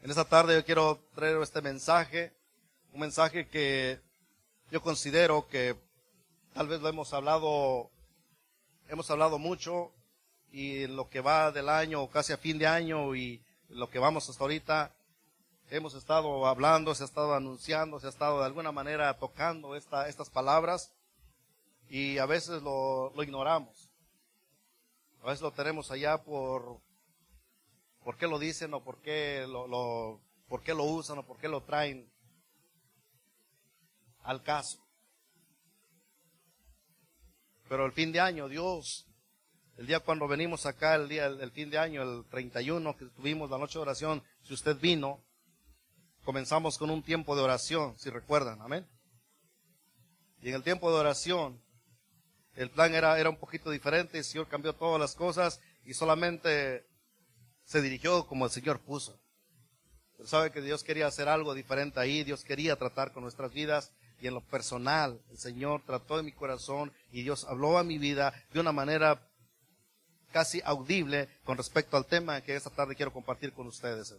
En esta tarde yo quiero traer este mensaje, un mensaje que yo considero que tal vez lo hemos hablado mucho, y en lo que va del año, casi a fin de año, y lo que vamos hasta ahorita, hemos estado hablando, se ha estado anunciando, se ha estado de alguna manera tocando estas palabras, y a veces lo ignoramos. A veces lo tenemos allá por qué lo dicen, o por qué por qué lo usan, o por qué lo traen al caso. Pero el fin de año, Dios, el día cuando venimos acá, el fin de año, el 31, que tuvimos la noche de oración, si usted vino, comenzamos con un tiempo de oración, si recuerdan, amén. Y en el tiempo de oración, el plan era un poquito diferente, el Señor cambió todas las cosas y solamente se dirigió como el Señor puso. Pero sabe que Dios quería hacer algo diferente ahí, Dios quería tratar con nuestras vidas, y en lo personal, el Señor trató en mi corazón y Dios habló a mi vida de una manera casi audible con respecto al tema que esta tarde quiero compartir con ustedes.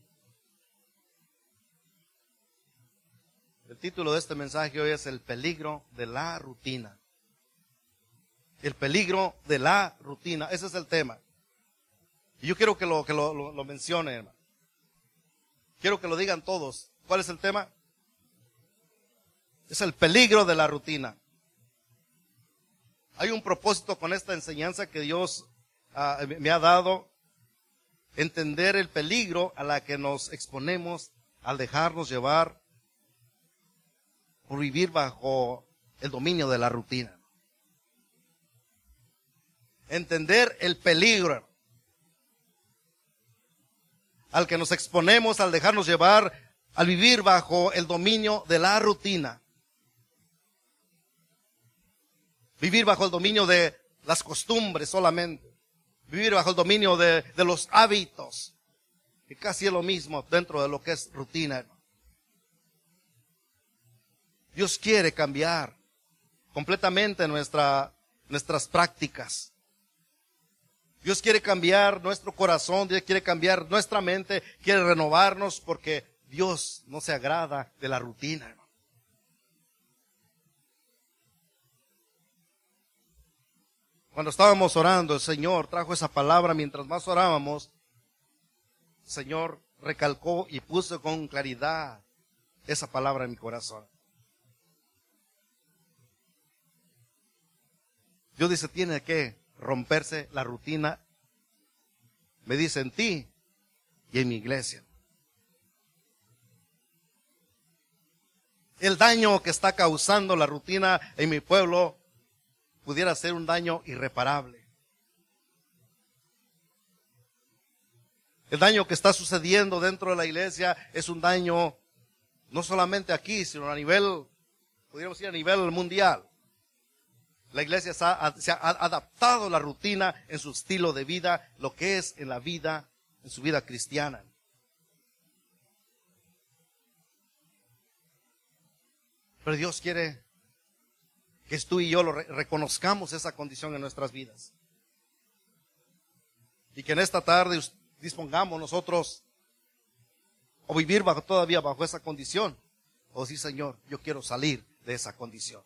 El título de este mensaje hoy es El peligro de la rutina. El peligro de la rutina, ese es el tema. Y yo quiero que lo mencione, hermano. Quiero que lo digan todos. ¿Cuál es el tema? Es el peligro de la rutina. Hay un propósito con esta enseñanza que Dios me ha dado, entender el peligro a la que nos exponemos al dejarnos llevar por vivir bajo el dominio de la rutina. Entender el peligro al que nos exponemos al dejarnos llevar, al vivir bajo el dominio de la rutina. Vivir bajo el dominio de las costumbres solamente. Vivir bajo el dominio de los hábitos, que casi es lo mismo dentro de lo que es rutina. Dios quiere cambiar completamente nuestras prácticas. Dios quiere cambiar nuestro corazón, Dios quiere cambiar nuestra mente, quiere renovarnos, porque Dios no se agrada de la rutina. Cuando estábamos orando, el Señor trajo esa palabra. Mientras más orábamos, el Señor recalcó y puso con claridad esa palabra en mi corazón. Dios dice, tiene que romperse la rutina, me dice, en ti y en mi iglesia. El daño que está causando la rutina en mi pueblo pudiera ser un daño irreparable. El daño que está sucediendo dentro de la iglesia es un daño no solamente aquí, sino a nivel, podríamos decir a nivel mundial. La iglesia se ha adaptado a la rutina en su estilo de vida, lo que es en la vida, en su vida cristiana. Pero Dios quiere que tú y yo reconozcamos esa condición en nuestras vidas. Y que en esta tarde dispongamos nosotros o vivir todavía bajo esa condición. O sí, Señor, yo quiero salir de esa condición.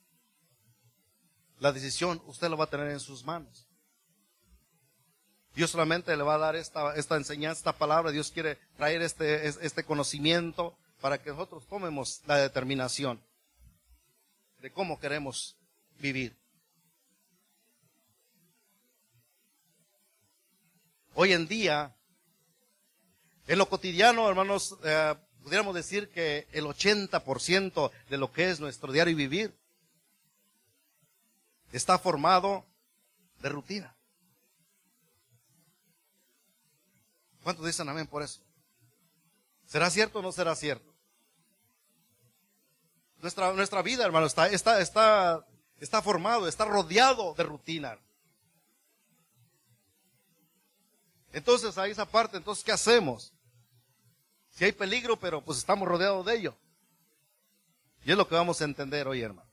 La decisión usted lo va a tener en sus manos. Dios solamente le va a dar esta enseñanza, esta palabra. Dios quiere traer este conocimiento para que nosotros tomemos la determinación de cómo queremos vivir. Hoy en día, en lo cotidiano, hermanos, pudiéramos decir que el 80% de lo que es nuestro diario vivir está formado de rutina. ¿Cuántos dicen amén por eso? ¿Será cierto o no será cierto? Nuestra vida, hermano, está formado, está rodeado de rutina. Entonces, a esa parte, entonces, ¿qué hacemos? Si hay peligro, pero pues estamos rodeados de ello. Y es lo que vamos a entender hoy, hermano.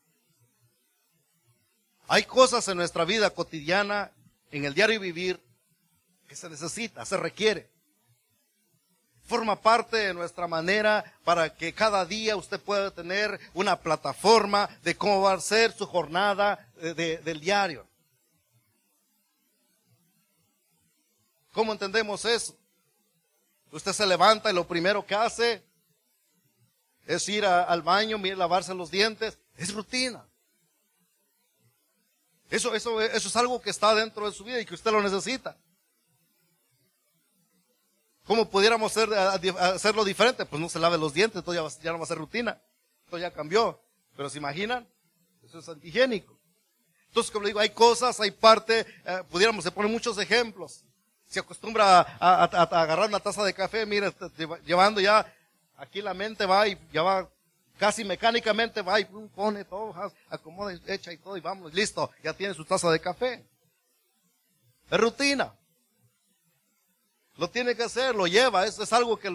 Hay cosas en nuestra vida cotidiana, en el diario vivir, que se necesita, se requiere. Forma parte de nuestra manera para que cada día usted pueda tener una plataforma de cómo va a ser su jornada del diario. ¿Cómo entendemos eso? Usted se levanta y lo primero que hace es ir al baño, lavarse los dientes. Es rutina. Eso es algo que está dentro de su vida y que usted lo necesita. ¿Cómo pudiéramos hacerlo diferente? Pues no se lave los dientes, entonces ya no va a ser rutina. Esto ya cambió. Pero ¿se imaginan? Eso es antihigiénico. Entonces, como le digo, hay cosas, hay parte, se ponen muchos ejemplos. Se acostumbra a agarrar una taza de café, mira, llevando ya, aquí la mente va y ya va, casi mecánicamente va y pone todo, acomoda, echa y todo y vamos, listo, ya tiene su taza de café. Es rutina. Lo tiene que hacer, lo lleva, es algo que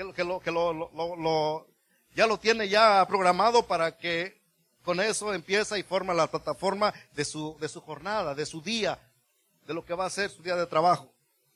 ya lo tiene ya programado para que con eso empieza y forma la plataforma de su jornada, de su día, de lo que va a ser su día de trabajo.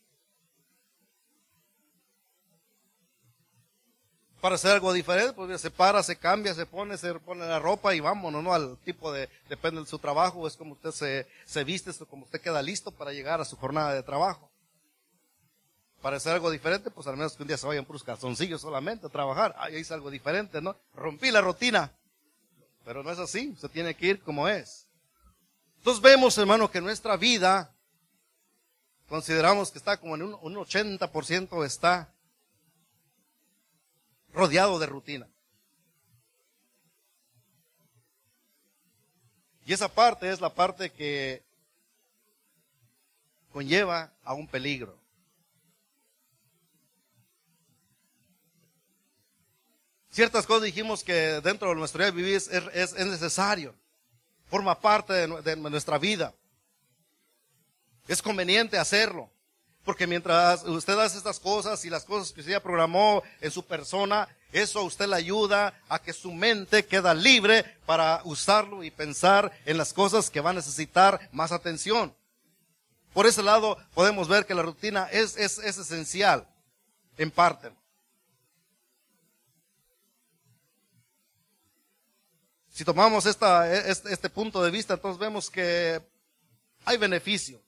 Para hacer algo diferente, pues se para, se cambia, se pone la ropa y vámonos, ¿no? Al tipo depende de su trabajo, es como usted se viste, es como usted queda listo para llegar a su jornada de trabajo. Para hacer algo diferente, pues al menos que un día se vayan puros calzoncillos solamente a trabajar. Ahí hice algo diferente, ¿no? Rompí la rutina. Pero no es así, usted tiene que ir como es. Entonces vemos, hermano, que nuestra vida, consideramos que está como en un 80% está rodeado de rutina. Y esa parte es la parte que conlleva a un peligro. Ciertas cosas dijimos que dentro de nuestro día de vivir es necesario. Forma parte de nuestra vida. Es conveniente hacerlo. Porque mientras usted hace estas cosas y las cosas que usted ya programó en su persona, eso a usted le ayuda a que su mente queda libre para usarlo y pensar en las cosas que va a necesitar más atención. Por ese lado podemos ver que la rutina es esencial en parte. Si tomamos este punto de vista, entonces vemos que hay beneficio.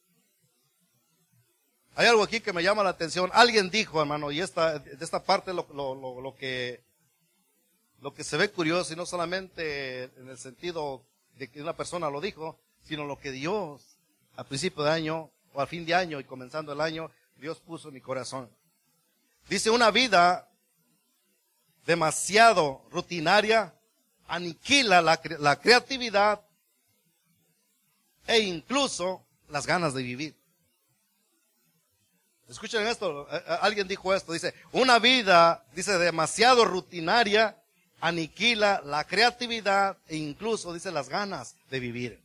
Hay algo aquí que me llama la atención. Alguien dijo, hermano, y de esta parte lo que se ve curioso, y no solamente en el sentido de que una persona lo dijo, sino lo que Dios a principio de año o a fin de año y comenzando el año, Dios puso en mi corazón. Dice, una vida demasiado rutinaria aniquila la creatividad e incluso las ganas de vivir. Escuchen esto, alguien dijo esto, dice, una vida, dice, demasiado rutinaria aniquila la creatividad e incluso, dice, las ganas de vivir.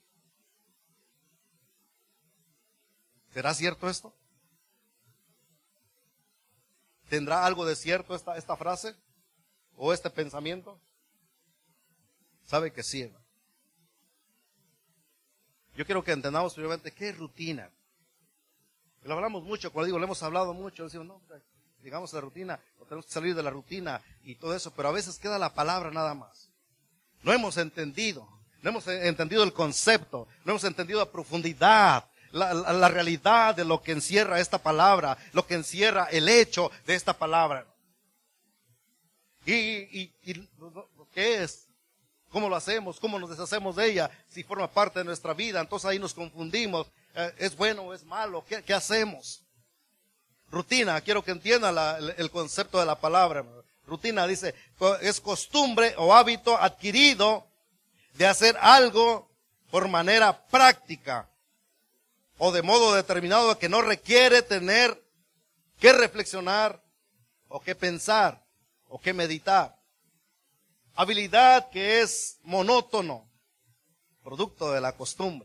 ¿Será cierto esto? ¿Tendrá algo de cierto esta frase o este pensamiento? Sabe que sí, hermano. Yo quiero que entendamos primeramente qué es rutina. Lo hablamos mucho, cuando digo, lo hemos hablado mucho, decimos, no, llegamos a la rutina, o tenemos que salir de la rutina y todo eso, pero a veces queda la palabra nada más. No hemos entendido el concepto, no hemos entendido a profundidad la realidad de lo que encierra esta palabra, lo que encierra el hecho de esta palabra. ¿Y qué es? ¿Cómo lo hacemos? ¿Cómo nos deshacemos de ella? Si forma parte de nuestra vida, entonces ahí nos confundimos. ¿Es bueno o es malo? ¿Qué hacemos? Rutina, quiero que entiendan el concepto de la palabra. Rutina dice, es costumbre o hábito adquirido de hacer algo por manera práctica o de modo determinado que no requiere tener que reflexionar o que pensar o que meditar. Habilidad que es monótono, producto de la costumbre.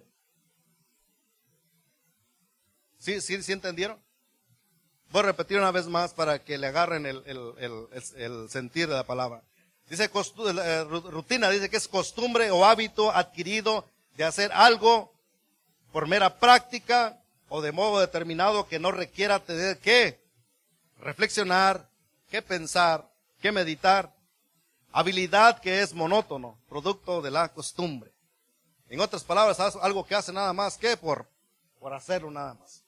¿Sí entendieron? Voy a repetir una vez más para que le agarren el sentir de la palabra. Dice rutina, dice que es costumbre o hábito adquirido de hacer algo por mera práctica o de modo determinado que no requiera tener que reflexionar que pensar, que meditar. Habilidad que es monótono, producto de la costumbre. En otras palabras, algo que hace nada más que por hacerlo nada más.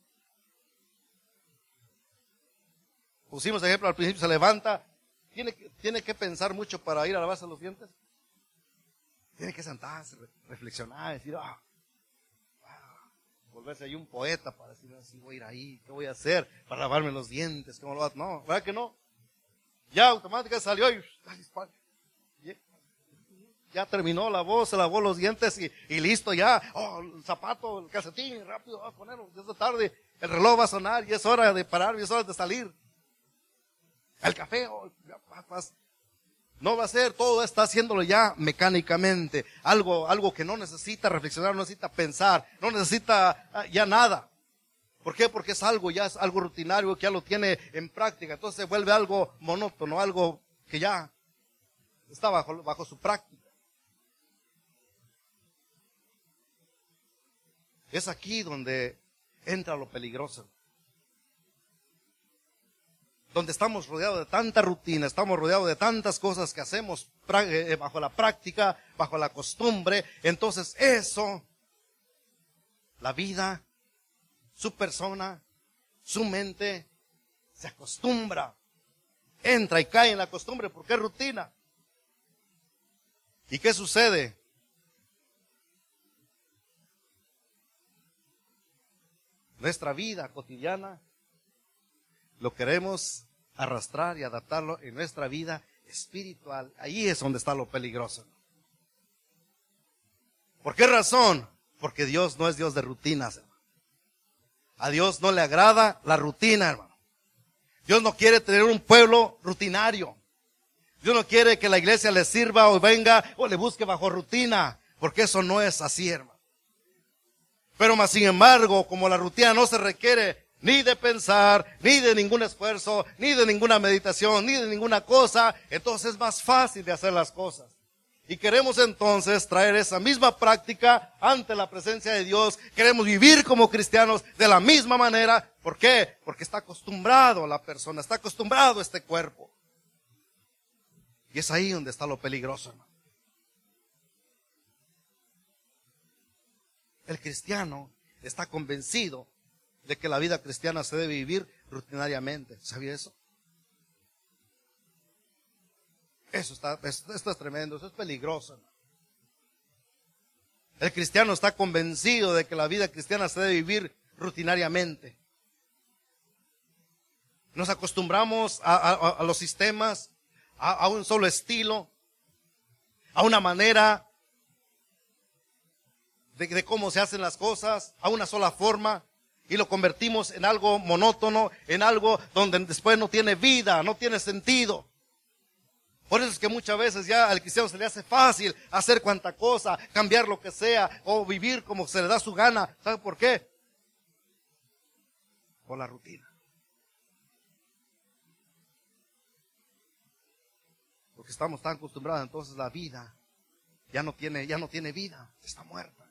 Pusimos ejemplo al principio, se levanta, tiene que pensar mucho para ir a lavarse los dientes. Tiene que sentarse, reflexionar, decir, volverse ahí un poeta para decir, así voy a ir ahí, ¿qué voy a hacer para lavarme los dientes? ¿Cómo lo hago? No, ¿verdad que no? Ya automáticamente salió y ya terminó, se lavó los dientes y listo ya. El zapato, el calcetín, rápido, a ponerlo, ya es tarde, el reloj va a sonar y es hora de parar y es hora de salir. El café, no va a ser, todo está haciéndolo ya mecánicamente. Algo que no necesita reflexionar, no necesita pensar, no necesita ya nada. ¿Por qué? Porque es algo rutinario que ya lo tiene en práctica. Entonces se vuelve algo monótono, algo que ya está bajo su práctica. Es aquí donde entra lo peligroso. Donde estamos rodeados de tanta rutina, estamos rodeados de tantas cosas que hacemos bajo la práctica, bajo la costumbre. Entonces eso, la vida, su persona, su mente, se acostumbra, entra y cae en la costumbre porque es rutina. ¿Y qué sucede? Nuestra vida cotidiana lo queremos arrastrar y adaptarlo en nuestra vida espiritual. Ahí es donde está lo peligroso. ¿Por qué razón? Porque Dios no es Dios de rutinas, hermano. A Dios no le agrada la rutina, hermano. Dios no quiere tener un pueblo rutinario. Dios no quiere que la iglesia le sirva o venga o le busque bajo rutina, porque eso no es así, hermano. Pero más sin embargo, como la rutina no se requiere ni de pensar, ni de ningún esfuerzo, ni de ninguna meditación, ni de ninguna cosa, entonces es más fácil de hacer las cosas. Y queremos entonces traer esa misma práctica ante la presencia de Dios. Queremos vivir como cristianos de la misma manera. ¿Por qué? Porque está acostumbrado la persona, está acostumbrado este cuerpo. Y es ahí donde está lo peligroso, hermano. El cristiano está convencido de que la vida cristiana se debe vivir rutinariamente. ¿Sabía eso? Esto es tremendo, eso es peligroso, hermano. El cristiano está convencido de que la vida cristiana se debe vivir rutinariamente. Nos acostumbramos a los sistemas, a un solo estilo, a una manera de cómo se hacen las cosas, a una sola forma, y lo convertimos en algo monótono, en algo donde después no tiene vida, no tiene sentido. Por eso es que muchas veces ya al cristiano se le hace fácil hacer cuanta cosa, cambiar lo que sea, o vivir como se le da su gana. ¿Sabe por qué? Por la rutina. Porque estamos tan acostumbrados, entonces la vida ya no tiene vida, está muerta.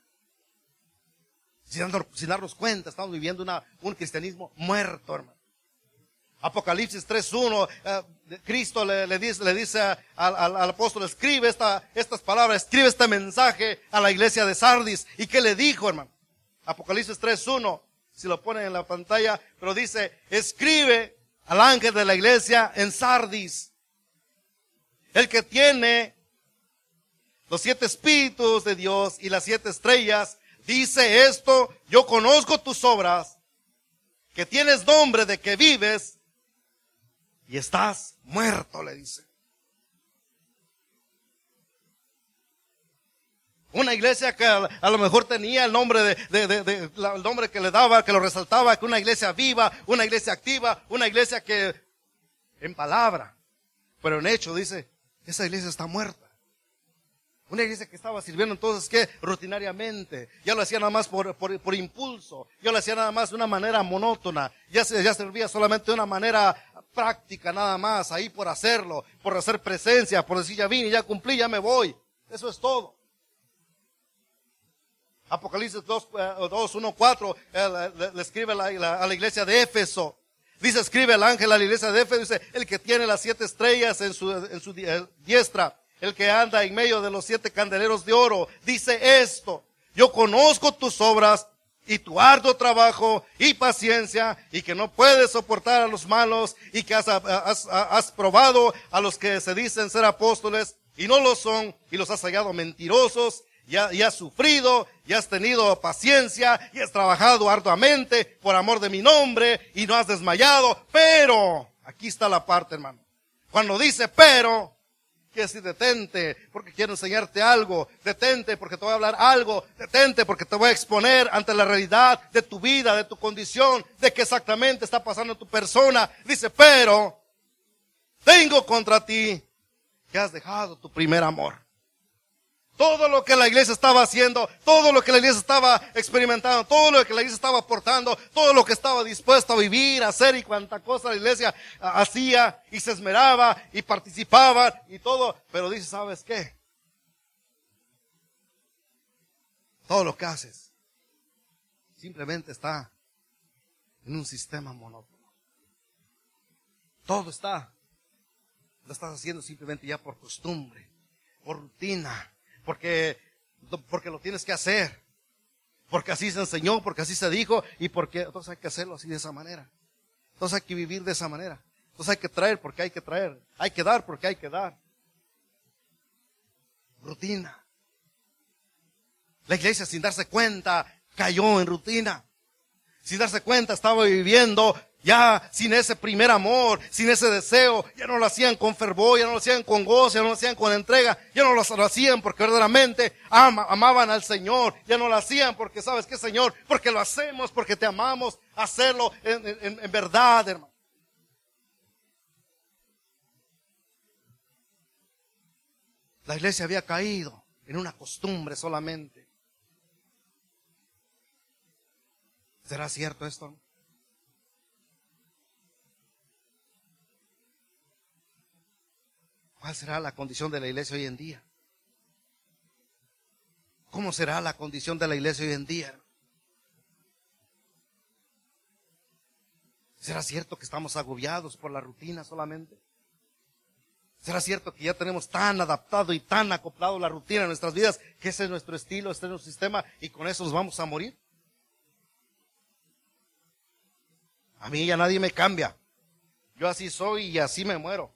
Sin darnos cuenta, estamos viviendo un cristianismo muerto, hermano. Apocalipsis 3:1, Cristo le dice al apóstol, escribe estas palabras, escribe este mensaje a la iglesia de Sardis. ¿Y qué le dijo, hermano? Apocalipsis 3:1, si lo ponen en la pantalla, pero dice, escribe al ángel de la iglesia en Sardis, el que tiene los 7 espíritus de Dios y las 7 estrellas, dice esto: yo conozco tus obras, que tienes nombre de que vives y estás muerto, le dice. Una iglesia que a lo mejor tenía el nombre el nombre que le daba, que lo resaltaba, que una iglesia viva, una iglesia activa, una iglesia que en palabra, pero en hecho dice, esa iglesia está muerta. Una iglesia que estaba sirviendo entonces, ¿qué? Rutinariamente. Ya lo hacía nada más por impulso. Ya lo hacía nada más de una manera monótona. Ya servía solamente de una manera práctica nada más. Ahí por hacerlo, por hacer presencia, por decir ya vine, ya cumplí, ya me voy. Eso es todo. Apocalipsis 2:1-4 le escribe a la iglesia de Éfeso. Dice, escribe el ángel a la iglesia de Éfeso, dice, el que tiene las 7 estrellas en su diestra, el que anda en medio de los 7 candeleros de oro, dice esto: yo conozco tus obras y tu arduo trabajo y paciencia, y que no puedes soportar a los malos, y que has probado a los que se dicen ser apóstoles y no lo son, y los has hallado mentirosos, y has sufrido, y has tenido paciencia, y has trabajado arduamente por amor de mi nombre, y no has desmayado. Pero, aquí está la parte, hermano. Cuando dice pero, quiere decir detente, porque quiero enseñarte algo. Detente, porque te voy a hablar algo. Detente, porque te voy a exponer ante la realidad de tu vida, de tu condición, de qué exactamente está pasando en tu persona. Dice, pero, tengo contra ti que has dejado tu primer amor. Todo lo que la iglesia estaba haciendo, todo lo que la iglesia estaba experimentando, todo lo que la iglesia estaba aportando, todo lo que estaba dispuesto a vivir, a hacer, y cuanta cosa la iglesia hacía y se esmeraba y participaba y todo. Pero dice, ¿sabes qué? Todo lo que haces simplemente está en un sistema monótono. Todo lo estás haciendo simplemente ya por costumbre, por rutina. Porque lo tienes que hacer, porque así se enseñó, porque así se dijo, y porque entonces hay que hacerlo así, de esa manera. Entonces hay que vivir de esa manera. Entonces hay que traer porque hay que traer, hay que dar porque hay que dar. Rutina. La iglesia, sin darse cuenta, cayó en rutina. Sin darse cuenta, estaba viviendo ya sin ese primer amor, sin ese deseo. Ya no lo hacían con fervor, ya no lo hacían con gozo, ya no lo hacían con entrega. Ya no lo hacían porque verdaderamente amaban al Señor. Ya no lo hacían porque, ¿sabes qué, Señor? Porque lo hacemos, porque te amamos. Hacerlo en verdad, hermano. La iglesia había caído en una costumbre solamente. ¿Será cierto esto? ¿Cuál será la condición de la iglesia hoy en día? ¿Cómo será la condición de la iglesia hoy en día? ¿Será cierto que estamos agobiados por la rutina solamente? ¿Será cierto que ya tenemos tan adaptado y tan acoplado la rutina en nuestras vidas, que ese es nuestro estilo, este es nuestro sistema, y con eso nos vamos a morir? A mí ya nadie me cambia. Yo así soy y así me muero.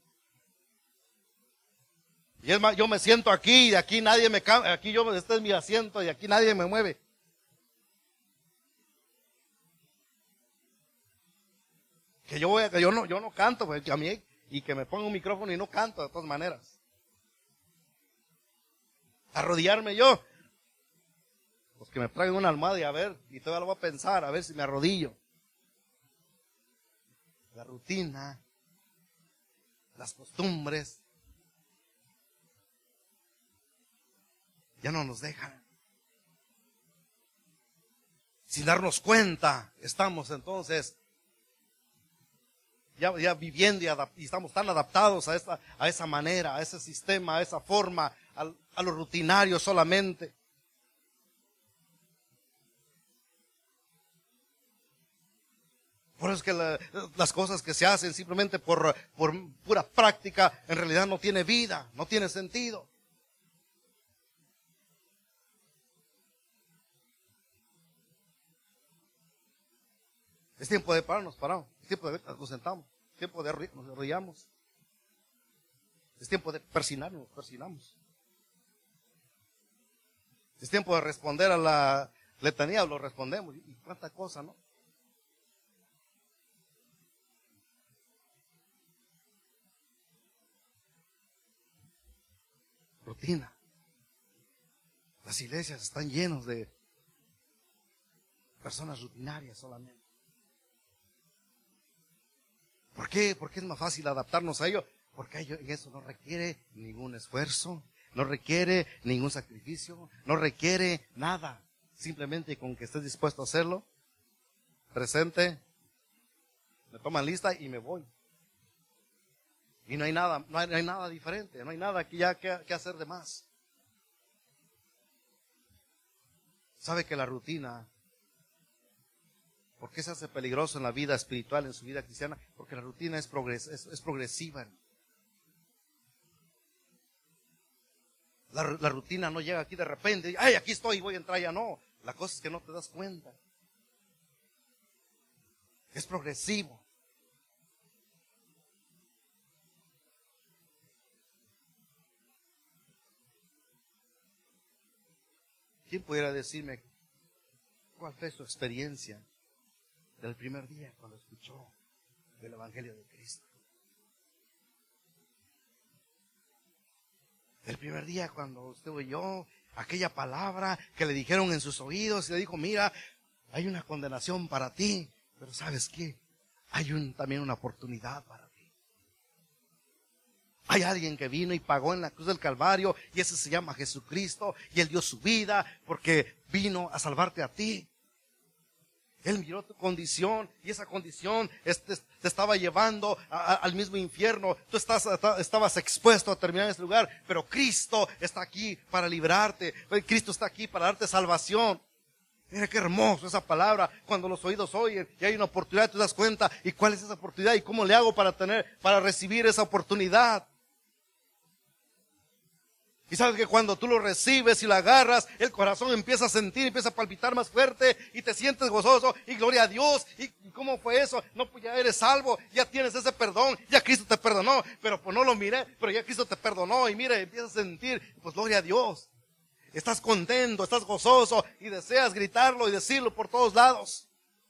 Y es más, yo me siento aquí y de aquí nadie me cambia. Aquí este es mi asiento y aquí nadie me mueve. Que yo no canto, pues, a mí, y que me ponga un micrófono y no canto de todas maneras. Arrodillarme yo. Pues que me traigan una almohada y a ver, y todavía lo voy a pensar, a ver si me arrodillo. La rutina, las costumbres, ya no nos dejan. Sin darnos cuenta, estamos entonces ya viviendo y estamos tan adaptados a esa manera, a ese sistema, a esa forma, a lo rutinario solamente. Por eso es que las cosas que se hacen simplemente por pura práctica, en realidad no tiene vida, no tiene sentido. Es tiempo de parar, nos paramos. Es tiempo de nos sentamos. Es tiempo de nos arrodillamos. Es tiempo de persinarnos, nos persinamos. Es tiempo de responder a la letanía, lo respondemos. Y cuánta cosa, ¿no? Rutina. Las iglesias están llenas de personas rutinarias solamente. ¿Por qué? Porque es más fácil adaptarnos a ello. Porque eso no requiere ningún esfuerzo, no requiere ningún sacrificio, no requiere nada. Simplemente con que estés dispuesto a hacerlo, presente, me toman lista y me voy. Y no hay nada diferente, no hay nada que hacer de más. ¿Sabe que la rutina, ¿Por qué se hace peligroso en la vida espiritual, en su vida cristiana? Porque la rutina es progresiva. La rutina no llega aquí de repente, ¡ay, aquí estoy, voy a entrar! Ya no. La cosa es que no te das cuenta. Es progresivo. ¿Quién pudiera decirme cuál fue su experiencia del primer día cuando escuchó del Evangelio de Cristo? El primer día cuando usted oyó aquella palabra que le dijeron en sus oídos y le dijo, mira, hay una condenación para ti, pero ¿sabes qué? Hay también una oportunidad para ti. Hay alguien que vino y pagó en la cruz del Calvario y ese se llama Jesucristo y Él dio su vida porque vino a salvarte a ti. Él miró tu condición y esa condición te estaba llevando al mismo infierno. Tú estabas expuesto a terminar en ese lugar, pero Cristo está aquí para librarte. Cristo está aquí para darte salvación. Mira qué hermoso esa palabra, cuando los oídos oyen y hay una oportunidad, tú te das cuenta, ¿y cuál es esa oportunidad? ¿Y cómo le hago para recibir esa oportunidad? Y sabes que cuando tú lo recibes y lo agarras, el corazón empieza a sentir, empieza a palpitar más fuerte y te sientes gozoso y gloria a Dios. ¿Y cómo fue eso? No, pues ya eres salvo, ya tienes ese perdón, ya Cristo te perdonó, pero pues no lo miré, pero ya Cristo te perdonó y mira, empiezas a sentir, pues gloria a Dios. Estás contento, estás gozoso y deseas gritarlo y decirlo por todos lados.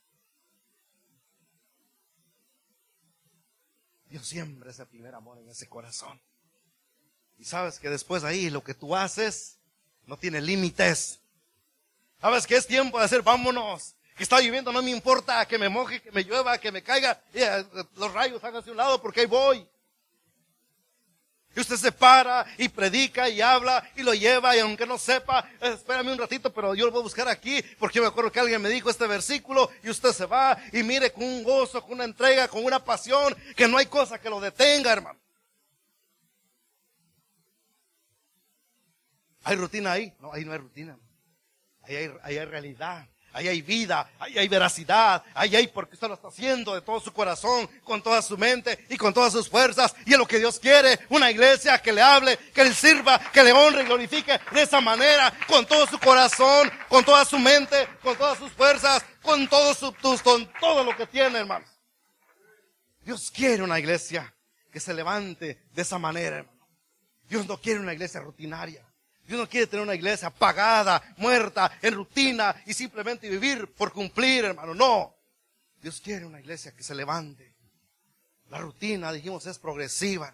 Dios siembra ese primer amor en ese corazón. Y sabes que después ahí lo que tú haces no tiene límites. Sabes que es tiempo de hacer, vámonos. Que está lloviendo, no me importa, que me moje, que me llueva, que me caiga. Los rayos háganse a un lado porque ahí voy. Y usted se para y predica y habla y lo lleva y aunque no sepa, espérame un ratito, pero yo lo voy a buscar aquí porque me acuerdo que alguien me dijo este versículo y usted se va y mire con un gozo, con una entrega, con una pasión, que no hay cosa que lo detenga, hermano. ¿Hay rutina ahí? No, ahí no hay rutina. Ahí hay realidad, ahí hay vida, ahí hay veracidad, ahí hay porque usted lo está haciendo de todo su corazón, con toda su mente y con todas sus fuerzas. Y es lo que Dios quiere, una iglesia que le hable, que le sirva, que le honre y glorifique de esa manera, con todo su corazón, con toda su mente, con todas sus fuerzas, con con todo lo que tiene, hermanos. Dios quiere una iglesia que se levante de esa manera, hermano. Dios no quiere una iglesia rutinaria. Dios no quiere tener una iglesia apagada, muerta, en rutina y simplemente vivir por cumplir, hermano. No. Dios quiere una iglesia que se levante. La rutina, dijimos, es progresiva.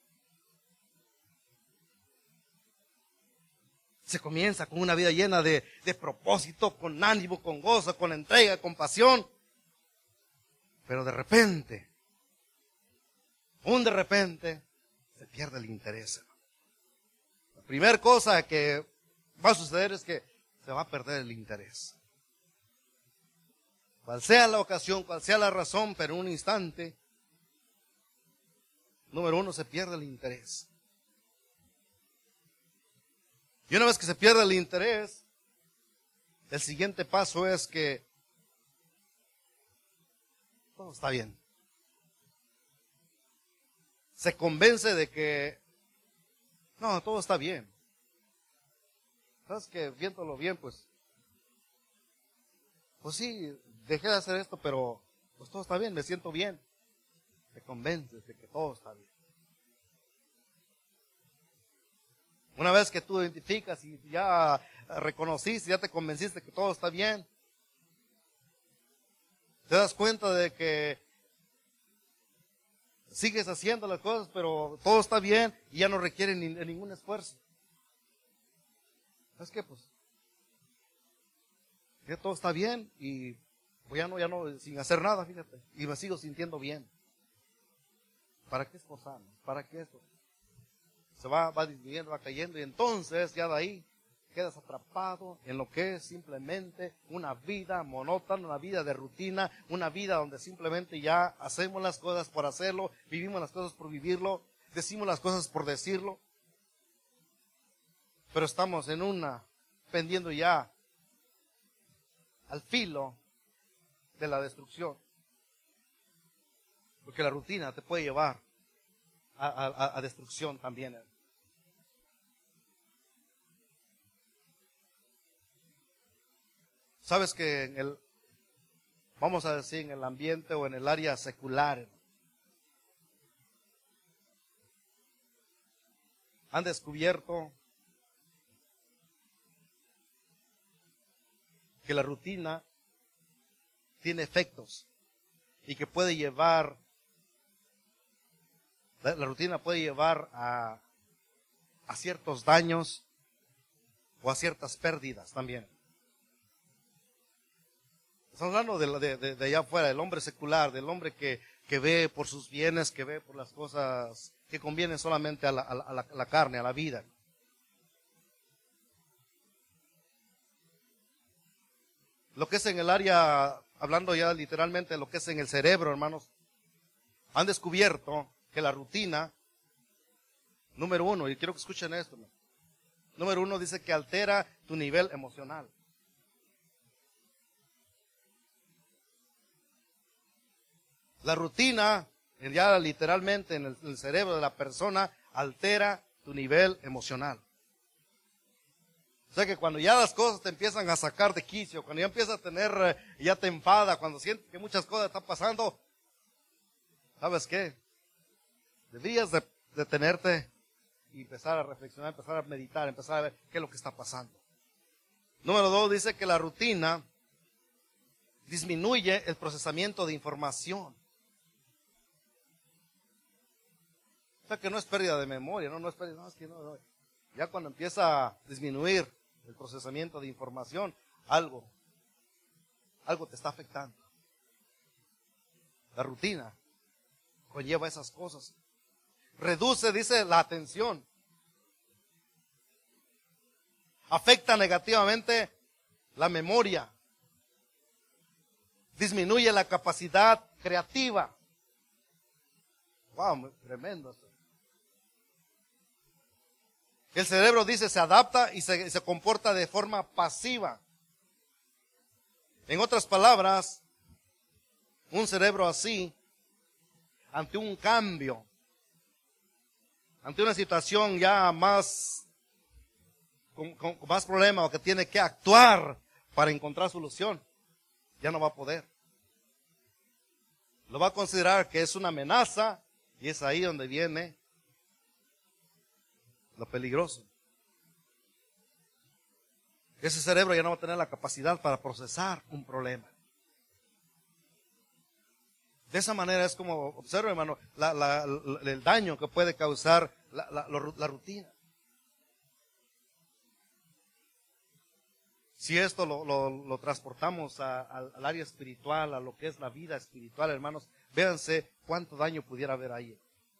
Se comienza con una vida llena de propósito, con ánimo, con gozo, con entrega, con pasión. Pero de repente, se pierde el interés, hermano. La primera cosa que va a suceder es que se va a perder el interés. Cual sea la ocasión, cual sea la razón, pero en un instante, número uno, se pierde el interés. Y una vez que se pierde el interés, el siguiente paso es que todo está bien. Se convence de que no, todo está bien. ¿Sabes que viéndolo bien, pues sí, dejé de hacer esto, pero pues todo está bien, me siento bien. Te convences de que todo está bien. Una vez que tú identificas y ya reconociste, ya te convenciste de que todo está bien, te das cuenta de que sigues haciendo las cosas, pero todo está bien y ya no requiere ningún esfuerzo. ¿Sabes qué? Pues ya todo está bien y pues ya no, sin hacer nada, fíjate, y me sigo sintiendo bien. ¿Para qué esforzarnos? ¿Para qué eso? Se va disminuyendo, va cayendo y entonces ya de ahí quedas atrapado en lo que es simplemente una vida monótona, una vida de rutina, una vida donde simplemente ya hacemos las cosas por hacerlo, vivimos las cosas por vivirlo, decimos las cosas por decirlo, pero estamos pendiendo ya al filo de la destrucción. Porque la rutina te puede llevar a destrucción también. Sabes que vamos a decir, en el ambiente o en el área secular, han descubierto que la rutina tiene efectos y que puede llevar, la rutina puede llevar a ciertos daños o a ciertas pérdidas también. Estamos hablando de allá afuera, del hombre secular, del hombre que ve por sus bienes, que ve por las cosas que convienen solamente a la carne, a la vida. Lo que es en el área, hablando ya literalmente de lo que es en el cerebro, hermanos, han descubierto que la rutina, número uno, y quiero que escuchen esto, hermano. Número uno, dice que altera tu nivel emocional. La rutina, ya literalmente en el cerebro de la persona, altera tu nivel emocional. O sea que cuando ya las cosas te empiezan a sacar de quicio, cuando ya empiezas a tener, ya te enfada, cuando sientes que muchas cosas están pasando, ¿sabes qué? Deberías de detenerte y empezar a reflexionar, empezar a meditar, empezar a ver qué es lo que está pasando. Número dos, dice que la rutina disminuye el procesamiento de información. O sea que no es pérdida de memoria, no es pérdida, es que no. Ya cuando empieza a disminuir el procesamiento de información, algo te está afectando. La rutina conlleva esas cosas. Reduce, dice, la atención. Afecta negativamente la memoria. Disminuye la capacidad creativa. Wow, tremendo esto. El cerebro, dice, se adapta y se comporta de forma pasiva. En otras palabras, un cerebro así, ante un cambio, ante una situación ya más, con más problema, o que tiene que actuar para encontrar solución, ya no va a poder. Lo va a considerar que es una amenaza, y es ahí donde viene lo peligroso. Ese cerebro ya no va a tener la capacidad para procesar un problema. De esa manera es como, observa, hermano, el daño que puede causar la rutina. Si esto lo transportamos al área espiritual, a lo que es la vida espiritual, hermanos, véanse cuánto daño pudiera haber ahí.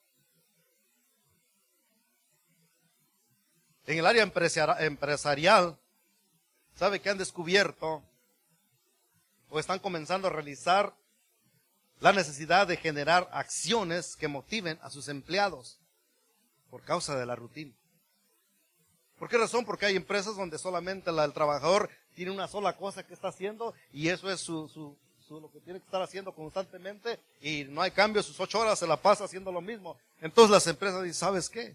En el área empresarial, ¿sabe que han descubierto o están comenzando a realizar la necesidad de generar acciones que motiven a sus empleados por causa de la rutina? ¿Por qué razón? Porque hay empresas donde solamente el trabajador tiene una sola cosa que está haciendo y eso es lo que tiene que estar haciendo constantemente y no hay cambio, sus 8 horas se la pasa haciendo lo mismo. Entonces las empresas dicen, ¿sabes qué?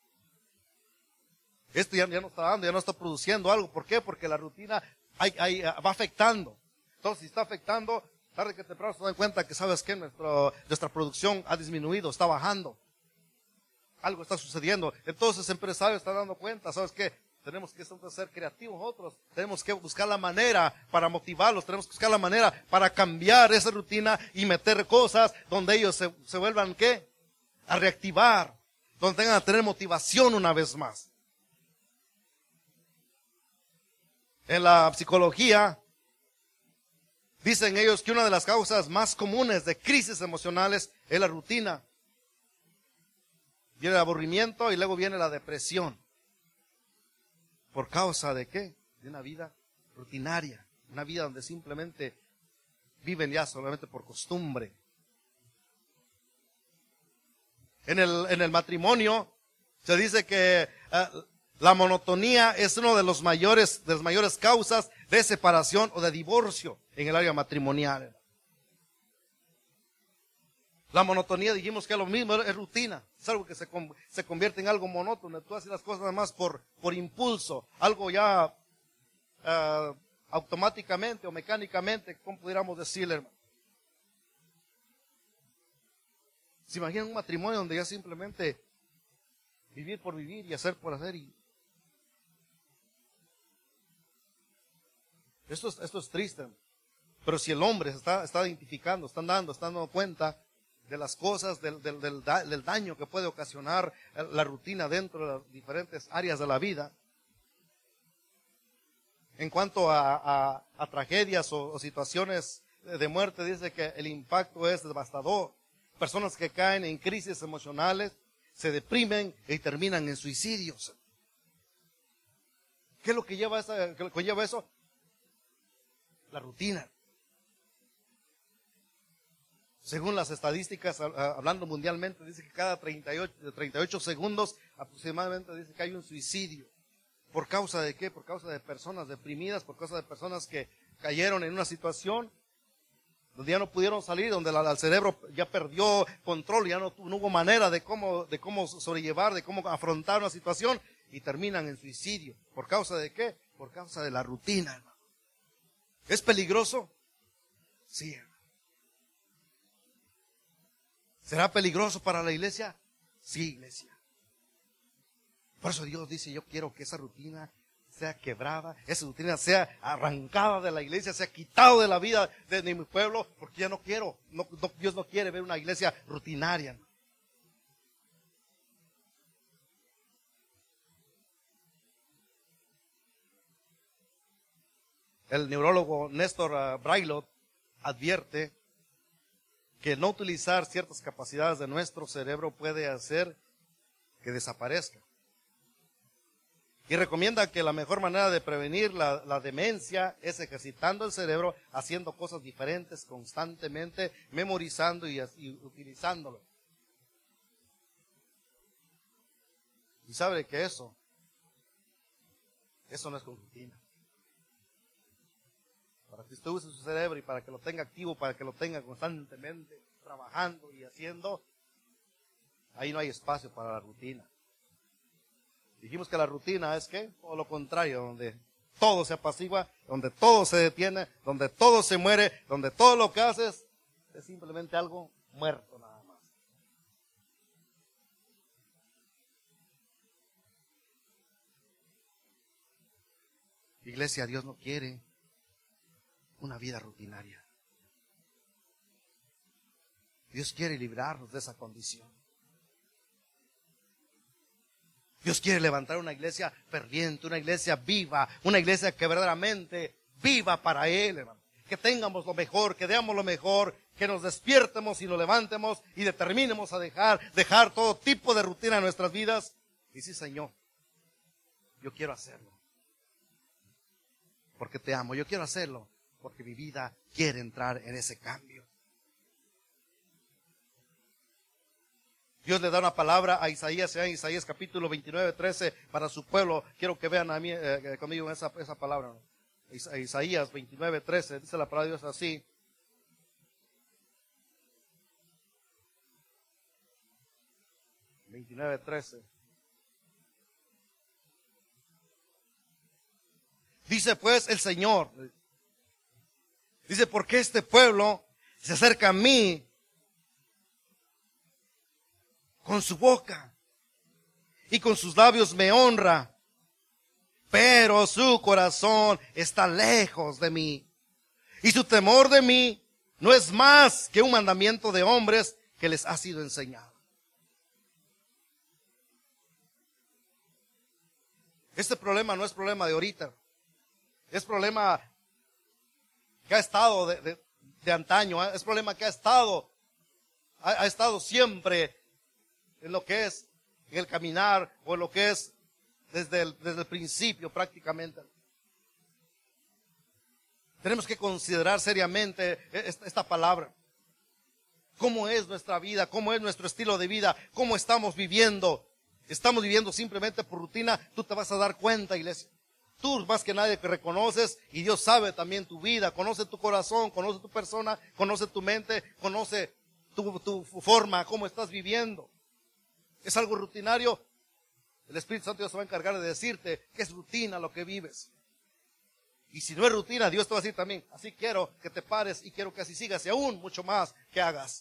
Esto ya no está dando, ya no está produciendo algo. ¿Por qué? Porque la rutina va afectando. Entonces, si está afectando, tarde que temprano se dan cuenta que, ¿sabes qué? Nuestra producción ha disminuido, está bajando. Algo está sucediendo. Entonces, empresarios están dando cuenta, ¿sabes qué? Tenemos que ser creativos nosotros. Tenemos que buscar la manera para motivarlos. Tenemos que buscar la manera para cambiar esa rutina y meter cosas donde ellos se vuelvan, ¿qué? A reactivar. Donde tengan a tener motivación una vez más. En la psicología, dicen ellos que una de las causas más comunes de crisis emocionales es la rutina. Viene el aburrimiento y luego viene la depresión. ¿Por causa de qué? De una vida rutinaria, una vida donde simplemente viven ya solamente por costumbre. En el matrimonio se dice que la monotonía es una de las mayores causas de separación o de divorcio en el área matrimonial. La monotonía, dijimos que es lo mismo, es rutina. Es algo que se convierte en algo monótono. Tú haces las cosas nada más por impulso. Algo ya automáticamente o mecánicamente, como pudiéramos decirle, hermano. ¿Se imaginan un matrimonio donde ya simplemente vivir por vivir y hacer por hacer? Esto es triste, hermano. Pero si el hombre está identificando, está dando cuenta de las cosas, del daño que puede ocasionar la rutina dentro de las diferentes áreas de la vida. En cuanto a tragedias o situaciones de muerte, dice que el impacto es devastador. Personas que caen en crisis emocionales, se deprimen y terminan en suicidios. ¿Qué es lo que conlleva eso? La rutina. Según las estadísticas, hablando mundialmente, dice que cada 38 segundos aproximadamente dice que hay un suicidio. ¿Por causa de qué? Por causa de personas deprimidas, por causa de personas que cayeron en una situación donde ya no pudieron salir, donde el cerebro ya perdió control, ya no hubo manera de cómo sobrellevar, de cómo afrontar una situación y terminan en suicidio. ¿Por causa de qué? Por causa de la rutina, hermano. ¿Es peligroso? Sí, hermano. ¿Será peligroso para la iglesia? Sí, iglesia. Por eso Dios dice, yo quiero que esa rutina sea quebrada, esa rutina sea arrancada de la iglesia, sea quitado de la vida de mi pueblo, porque ya no quiero, Dios no quiere ver una iglesia rutinaria. El neurólogo Néstor Brailot advierte que no utilizar ciertas capacidades de nuestro cerebro puede hacer que desaparezca. Y recomienda que la mejor manera de prevenir la demencia es ejercitando el cerebro, haciendo cosas diferentes constantemente, memorizando y utilizándolo. Y sabe que eso no es con rutina. Para que usted use su cerebro y para que lo tenga activo, para que lo tenga constantemente trabajando y haciendo, ahí no hay espacio para la rutina. Dijimos que la rutina es ¿qué? Todo lo contrario, donde todo se apacigua, donde todo se detiene, donde todo se muere, donde todo lo que haces es simplemente algo muerto nada más. Iglesia, Dios no quiere una vida rutinaria. Dios quiere librarnos de esa condición. Dios quiere levantar una iglesia ferviente, una iglesia viva, una iglesia que verdaderamente viva para Él, hermano. Que tengamos lo mejor, que demos lo mejor, que nos despiertemos y nos levantemos y determinemos a dejar todo tipo de rutina en nuestras vidas. Y sí, Señor, yo quiero hacerlo. Porque te amo, yo quiero hacerlo. Porque mi vida quiere entrar en ese cambio. Dios le da una palabra a Isaías, sea en Isaías capítulo 29, 13, para su pueblo. Quiero que vean a mí, conmigo esa palabra. Isaías 29, 13, dice la palabra de Dios así. Dice pues el Señor, dice, porque este pueblo se acerca a mí con su boca y con sus labios me honra, pero su corazón está lejos de mí y su temor de mí no es más que un mandamiento de hombres que les ha sido enseñado. Este problema no es problema de ahorita, es problema que ha estado de antaño, es problema que ha estado siempre en lo que es en el caminar o en lo que es desde el principio prácticamente. Tenemos que considerar seriamente esta palabra. ¿Cómo es nuestra vida? ¿Cómo es nuestro estilo de vida? ¿Cómo estamos viviendo? ¿Estamos viviendo simplemente por rutina? Tú te vas a dar cuenta, iglesia. Tú más que nadie que reconoces, y Dios sabe también tu vida, conoce tu corazón, conoce tu persona, conoce tu mente, conoce tu forma, cómo estás viviendo. ¿Es algo rutinario? El Espíritu Santo Dios se va a encargar de decirte que es rutina lo que vives. Y si no es rutina, Dios te va a decir también, así quiero que te pares y quiero que así sigas y aún mucho más que hagas.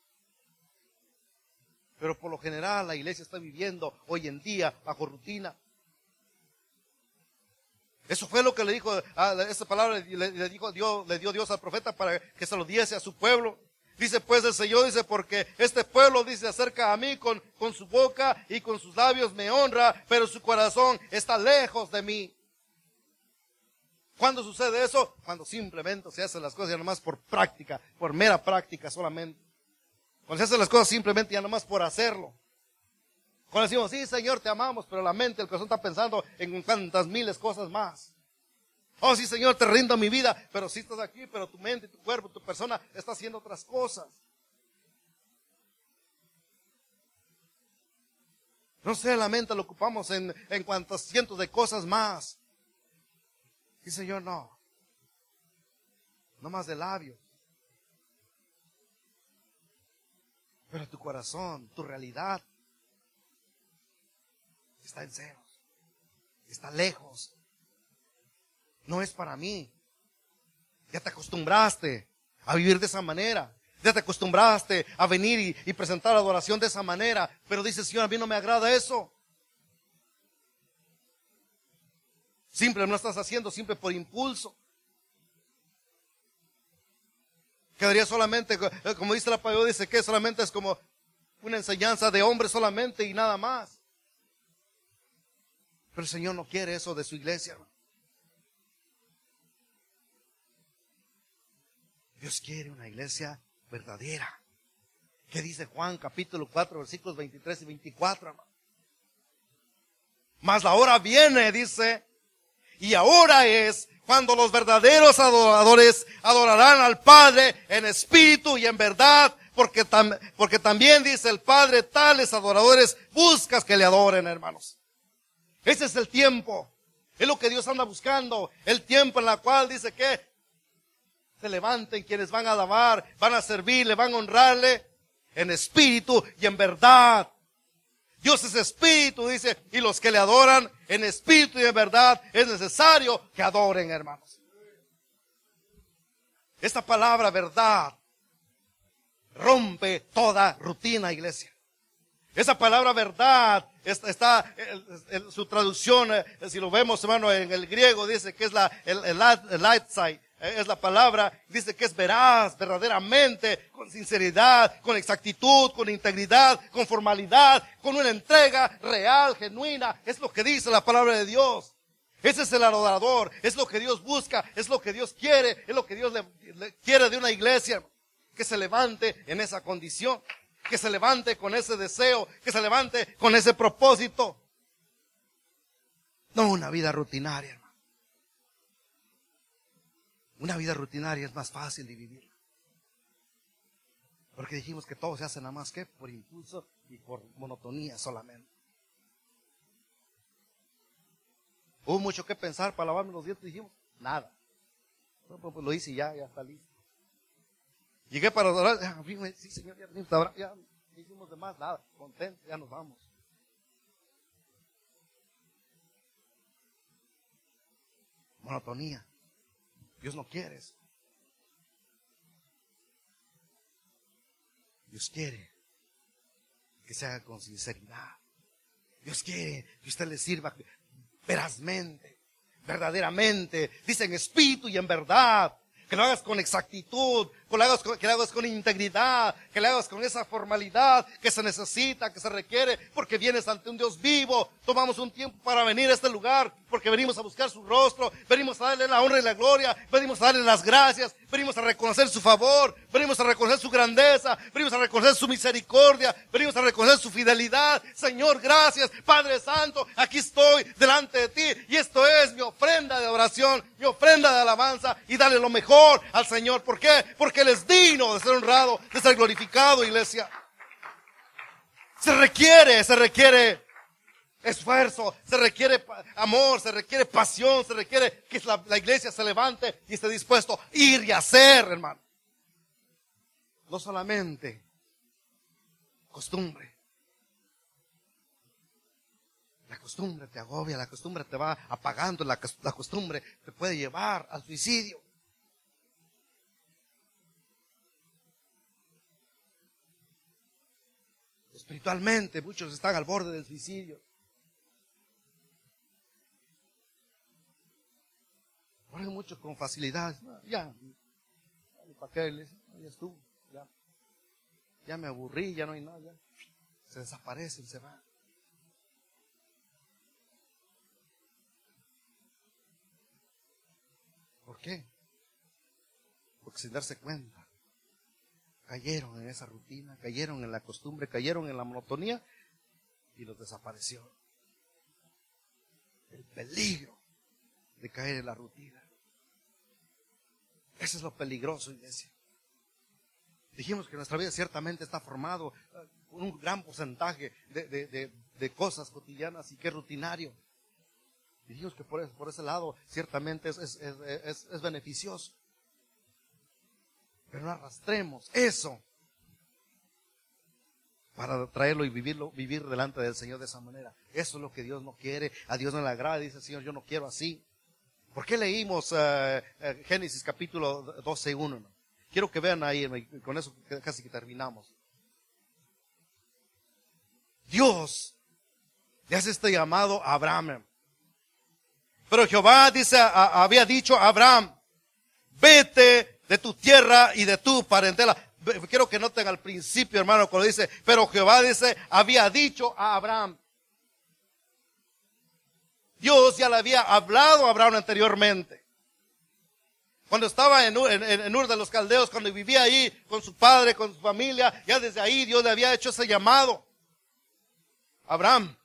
Pero por lo general la iglesia está viviendo hoy en día bajo rutina. Eso fue lo que le dijo, esa palabra le dio Dios al profeta para que se lo diese a su pueblo. Dice pues el Señor, dice, porque este pueblo, dice, acerca a mí con su boca y con sus labios me honra, pero su corazón está lejos de mí. ¿Cuándo sucede eso? Cuando simplemente se hacen las cosas ya nomás por práctica, por mera práctica solamente. Cuando se hacen las cosas simplemente ya nomás por hacerlo. Cuando decimos, sí Señor, te amamos, pero la mente, el corazón está pensando en cuantas miles cosas más. Oh sí Señor, te rindo mi vida, pero sí estás aquí, pero tu mente, tu cuerpo, tu persona está haciendo otras cosas. No sé, la mente lo ocupamos en cuantas cientos de cosas más. Y Señor, no más de labios. Pero tu corazón, tu realidad está en ceros, está lejos. No es para mí. Ya te acostumbraste a vivir de esa manera. Ya te acostumbraste a venir y presentar adoración de esa manera. Pero dices, Señor, a mí no me agrada eso. Simple, no estás haciendo simple por impulso. Quedaría solamente, como dice la palabra, dice que solamente es como una enseñanza de hombre solamente y nada más. Pero el Señor no quiere eso de su iglesia, hermano. Dios quiere una iglesia verdadera. ¿Qué dice Juan capítulo 4 versículos 23 y 24, hermano? Mas la hora viene, dice, y ahora es cuando los verdaderos adoradores adorarán al Padre en espíritu y en verdad, porque también dice el Padre, tales adoradores buscas que le adoren, hermanos. Ese es el tiempo. Es lo que Dios anda buscando. El tiempo en el cual dice que se levanten quienes van a alabar, van a servirle, van a honrarle en espíritu y en verdad. Dios es espíritu, dice, y los que le adoran en espíritu y en verdad es necesario que adoren, hermanos. Esta palabra verdad rompe toda rutina, iglesia. Esa palabra verdad está en su traducción, si lo vemos, hermano, en el griego dice que es el laitsai. Es la palabra, dice que es veraz, verdaderamente, con sinceridad, con exactitud, con integridad, con formalidad, con una entrega real, genuina. Es lo que dice la palabra de Dios. Ese es el adorador, es lo que Dios busca, es lo que Dios quiere, es lo que Dios le quiere de una iglesia, que se levante en esa condición, que se levante con ese deseo, que se levante con ese propósito. No una vida rutinaria, hermano. Una vida rutinaria es más fácil de vivir. Porque dijimos que todo se hace nada más que por impulso y por monotonía solamente. Hubo mucho que pensar para lavarme los dientes, dijimos, nada. No, pues lo hice y ya está listo. Llegué para adorar, sí Señor, ya hicimos de más, nada, contentos, ya nos vamos. Monotonía. Dios no quiere eso. Dios quiere que se haga con sinceridad. Dios quiere que usted le sirva verazmente, verdaderamente, dice en espíritu y en verdad. Que lo hagas con exactitud, que lo hagas con integridad, que lo hagas con esa formalidad que se necesita, que se requiere, porque vienes ante un Dios vivo. Tomamos un tiempo para venir a este lugar, porque venimos a buscar su rostro, venimos a darle la honra y la gloria, venimos a darle las gracias, venimos a reconocer su favor, venimos a reconocer su grandeza, venimos a reconocer su misericordia, venimos a reconocer su fidelidad. Señor, gracias, Padre Santo, aquí estoy delante de ti, y esto es mi ofrenda de oración, mi ofrenda de alabanza, y dale lo mejor al Señor. ¿Por qué? Porque Él es digno de ser honrado, de ser glorificado, iglesia. Se requiere esfuerzo, se requiere amor, se requiere pasión, se requiere que la iglesia se levante y esté dispuesto a ir y hacer, hermano. No solamente Costumbre. La costumbre te agobia, la costumbre te va apagando, la costumbre te puede llevar al suicidio. Espiritualmente muchos están al borde del suicidio. Oren mucho con facilidad. Ya, ¿para qué? Ya estuvo, ya me aburrí, ya no hay nada. Ya. Se desaparecen, se van. ¿Por qué? Porque sin darse cuenta, cayeron en esa rutina, cayeron en la costumbre, cayeron en la monotonía y los desapareció. El peligro de caer en la rutina. Eso es lo peligroso, iglesia. Dijimos que nuestra vida ciertamente está formado por un gran porcentaje de cosas cotidianas y que es rutinario. Dijimos que por ese lado ciertamente es beneficioso. Pero no arrastremos eso para traerlo y vivir delante del Señor de esa manera. Eso es lo que Dios no quiere. A Dios no le agrada. Dice el Señor, yo no quiero así. ¿Por qué leímos Génesis capítulo 12:1? ¿No? Quiero que vean ahí, con eso casi que terminamos. Dios le hace este llamado a Abraham. Pero Jehová había dicho a Abraham, vete de tu tierra y de tu parentela. Quiero que noten al principio, hermano, cuando dice, pero Jehová había dicho a Abraham. Dios ya le había hablado a Abraham anteriormente. Cuando estaba en Ur de los Caldeos, cuando vivía ahí con su padre, con su familia, ya desde ahí Dios le había hecho ese llamado. Abraham.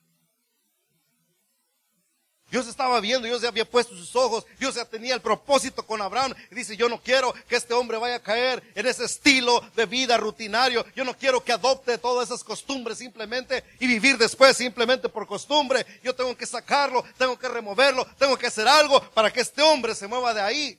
Dios estaba viendo, Dios ya había puesto sus ojos, Dios ya tenía el propósito con Abraham. Y dice, yo no quiero que este hombre vaya a caer en ese estilo de vida rutinario. Yo no quiero que adopte todas esas costumbres simplemente y vivir después simplemente por costumbre. Yo tengo que sacarlo, tengo que removerlo, tengo que hacer algo para que este hombre se mueva de ahí.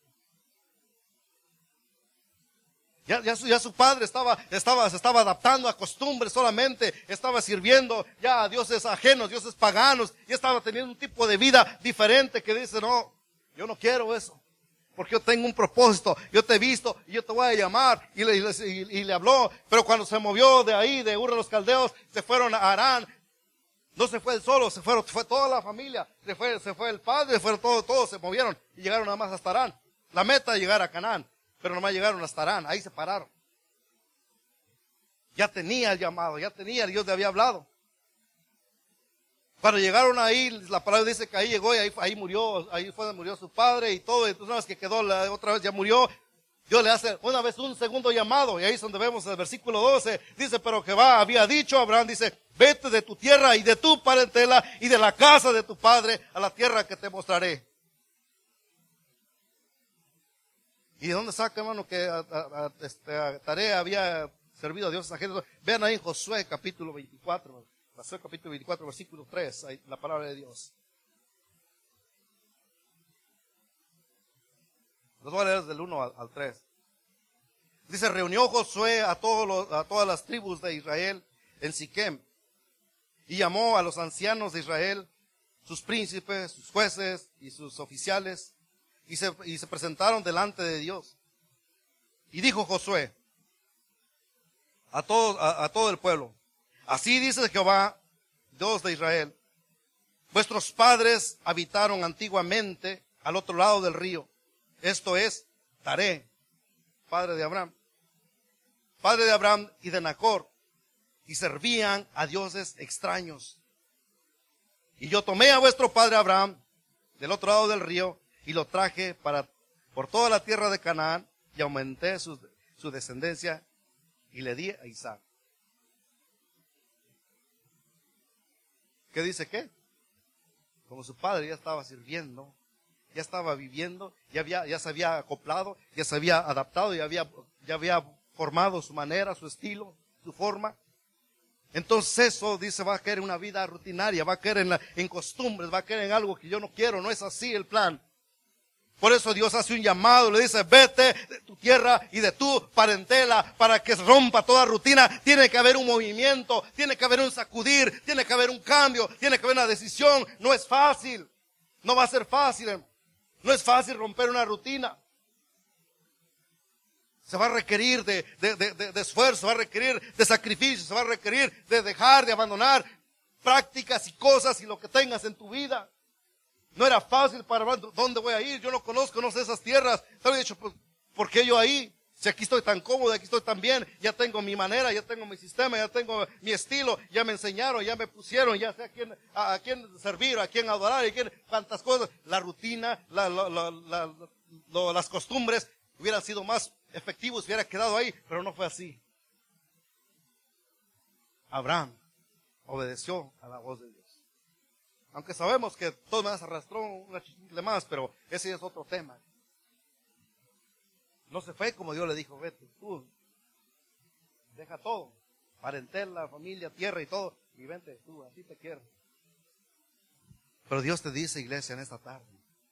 Ya su padre se estaba adaptando a costumbres solamente, estaba sirviendo ya a dioses ajenos, dioses paganos, y estaba teniendo un tipo de vida diferente que dice, no, yo no quiero eso, porque yo tengo un propósito, yo te he visto y yo te voy a llamar, y le habló. Pero cuando se movió de ahí, de Ur de los Caldeos, se fueron a Harán. No se fue él solo, fue toda la familia, se fue el padre, todos se movieron y llegaron nada más hasta Harán. La meta es llegar a Canaán. Pero nomás llegaron hasta Harán, ahí se pararon. Ya tenía el llamado, Dios le había hablado. Cuando llegaron ahí, la palabra dice que ahí llegó y ahí murió, ahí fue donde murió su padre y todo. Y entonces una vez que quedó, otra vez ya murió, Dios le hace una vez un segundo llamado. Y ahí es donde vemos el versículo 12, dice, pero Jehová había dicho a Abraham, dice, vete de tu tierra y de tu parentela y de la casa de tu padre a la tierra que te mostraré. ¿Y de dónde saca, hermano, que a Tarea había servido a Dios ajenos? Vean ahí en Josué capítulo 24, Josué capítulo 24, versículo 3, ahí, la palabra de Dios. Los voy a leer del 1 al 3. Dice, reunió Josué a todas las tribus de Israel en Siquem, y llamó a los ancianos de Israel, sus príncipes, sus jueces y sus oficiales, y se presentaron delante de Dios. Y dijo Josué a todo el pueblo, así dice Jehová, Dios de Israel, vuestros padres habitaron antiguamente al otro lado del río, esto es Taré, padre de Abraham y de Nacor, y servían a dioses extraños. Y yo tomé a vuestro padre Abraham del otro lado del río, y lo traje por toda la tierra de Canaán, y aumenté su descendencia, y le di a Isaac. ¿Qué dice qué? Como su padre ya estaba sirviendo, ya estaba viviendo, ya se había acoplado, ya se había adaptado, ya había formado su manera, su estilo, su forma. Entonces eso, dice, va a caer en una vida rutinaria, va a caer en costumbres, va a caer en algo que yo no quiero, no es así el plan. Por eso Dios hace un llamado, le dice, vete de tu tierra y de tu parentela para que rompa toda rutina. Tiene que haber un movimiento, tiene que haber un sacudir, tiene que haber un cambio, tiene que haber una decisión. No es fácil, no va a ser fácil, hermano. No es fácil romper una rutina. Se va a requerir de esfuerzo, se va a requerir de sacrificio, se va a requerir de dejar, de abandonar prácticas y cosas y lo que tengas en tu vida. No era fácil para dónde voy a ir, yo no conozco, no sé esas tierras. Te había dicho, pues, ¿por qué yo ahí? Si aquí estoy tan cómodo, aquí estoy tan bien, ya tengo mi manera, ya tengo mi sistema, ya tengo mi estilo, ya me enseñaron, ya me pusieron, ya sé a quién servir, a quién adorar, cuántas cosas. La rutina, las costumbres hubieran sido más efectivos, hubiera quedado ahí, pero no fue así. Abraham obedeció a la voz de Dios. Aunque sabemos que todo más arrastró una chiquita más, pero ese es otro tema. No se fue como Dios le dijo, vete, tú, deja todo, parentela, familia, tierra y todo, y vente tú, así te quiero. Pero Dios te dice, iglesia, en esta tarde,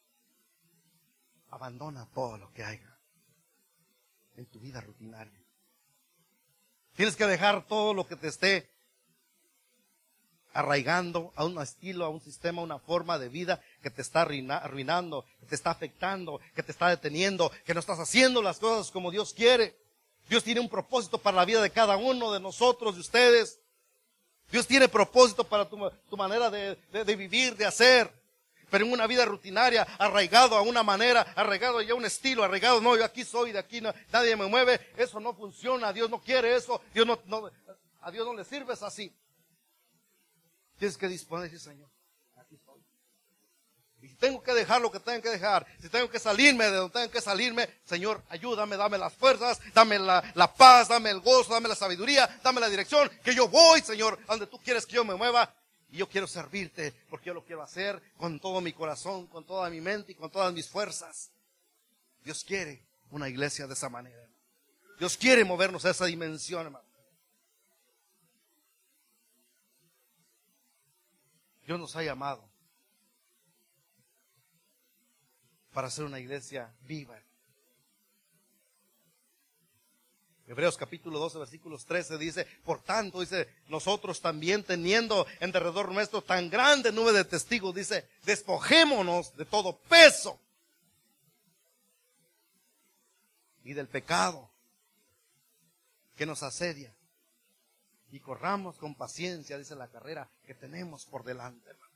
abandona todo lo que haya en tu vida rutinaria. Tienes que dejar todo lo que te esté arraigando a un estilo, a un sistema, a una forma de vida que te está arruinando, que te está afectando, que te está deteniendo, que no estás haciendo las cosas como Dios quiere. Dios tiene un propósito para la vida de cada uno de nosotros, de ustedes. Dios tiene propósito para tu manera de vivir, de hacer. Pero en una vida rutinaria, arraigado a una manera, arraigado ya a un estilo, arraigado, no, yo aquí soy, de aquí no, nadie me mueve, eso no funciona, Dios no quiere eso, a Dios no le sirves así. Tienes que disponer y decir, Señor, aquí estoy. Y si tengo que dejar lo que tengo que dejar, si tengo que salirme de donde tengo que salirme, Señor, ayúdame, dame las fuerzas, dame la paz, dame el gozo, dame la sabiduría, dame la dirección, que yo voy, Señor, a donde tú quieres que yo me mueva. Y yo quiero servirte, porque yo lo quiero hacer con todo mi corazón, con toda mi mente y con todas mis fuerzas. Dios quiere una iglesia de esa manera, hermano. Dios quiere movernos a esa dimensión, hermano. Dios nos ha llamado para ser una iglesia viva. Hebreos capítulo 12, versículos 13 dice, por tanto, dice, nosotros también teniendo en derredor nuestro tan grande nube de testigos, dice, despojémonos de todo peso y del pecado que nos asedia y corramos con paciencia, dice, la carrera que tenemos por delante, hermano.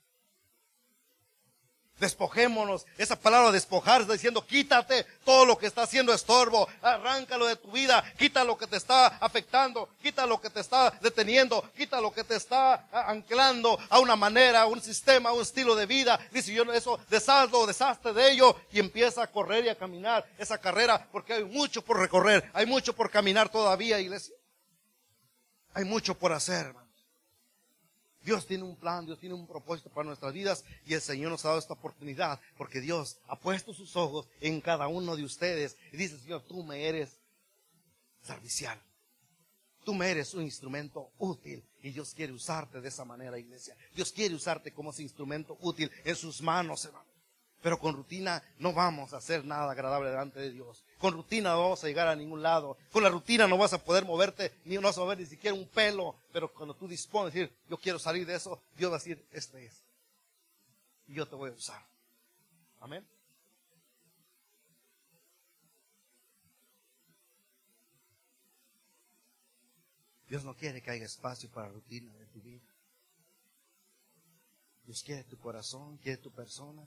Despojémonos. Esa palabra despojar está diciendo, quítate todo lo que está haciendo estorbo, arráncalo de tu vida, quita lo que te está afectando, quita lo que te está deteniendo, quita lo que te está anclando a una manera, a un sistema, a un estilo de vida. Dice, yo eso, deshazte de ello y empieza a correr y a caminar esa carrera, porque hay mucho por recorrer, hay mucho por caminar todavía, iglesia. Hay mucho por hacer, hermano. Dios tiene un plan, Dios tiene un propósito para nuestras vidas y el Señor nos ha dado esta oportunidad porque Dios ha puesto sus ojos en cada uno de ustedes y dice, Señor, tú me eres servicial, tú me eres un instrumento útil y Dios quiere usarte de esa manera, iglesia. Dios quiere usarte como ese instrumento útil en sus manos, hermano. Pero con rutina no vamos a hacer nada agradable delante de Dios. Con rutina no vamos a llegar a ningún lado. Con la rutina no vas a poder moverte, ni no vas a mover ni siquiera un pelo. Pero cuando tú dispones, decir, yo quiero salir de eso, Dios va a decir, este es. Y yo te voy a usar. Amén. Dios no quiere que haya espacio para la rutina de tu vida. Dios quiere tu corazón, quiere tu persona.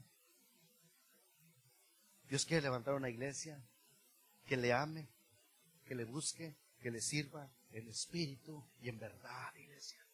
Dios quiere levantar una iglesia que le ame, que le busque, que le sirva en espíritu y en verdad, iglesia.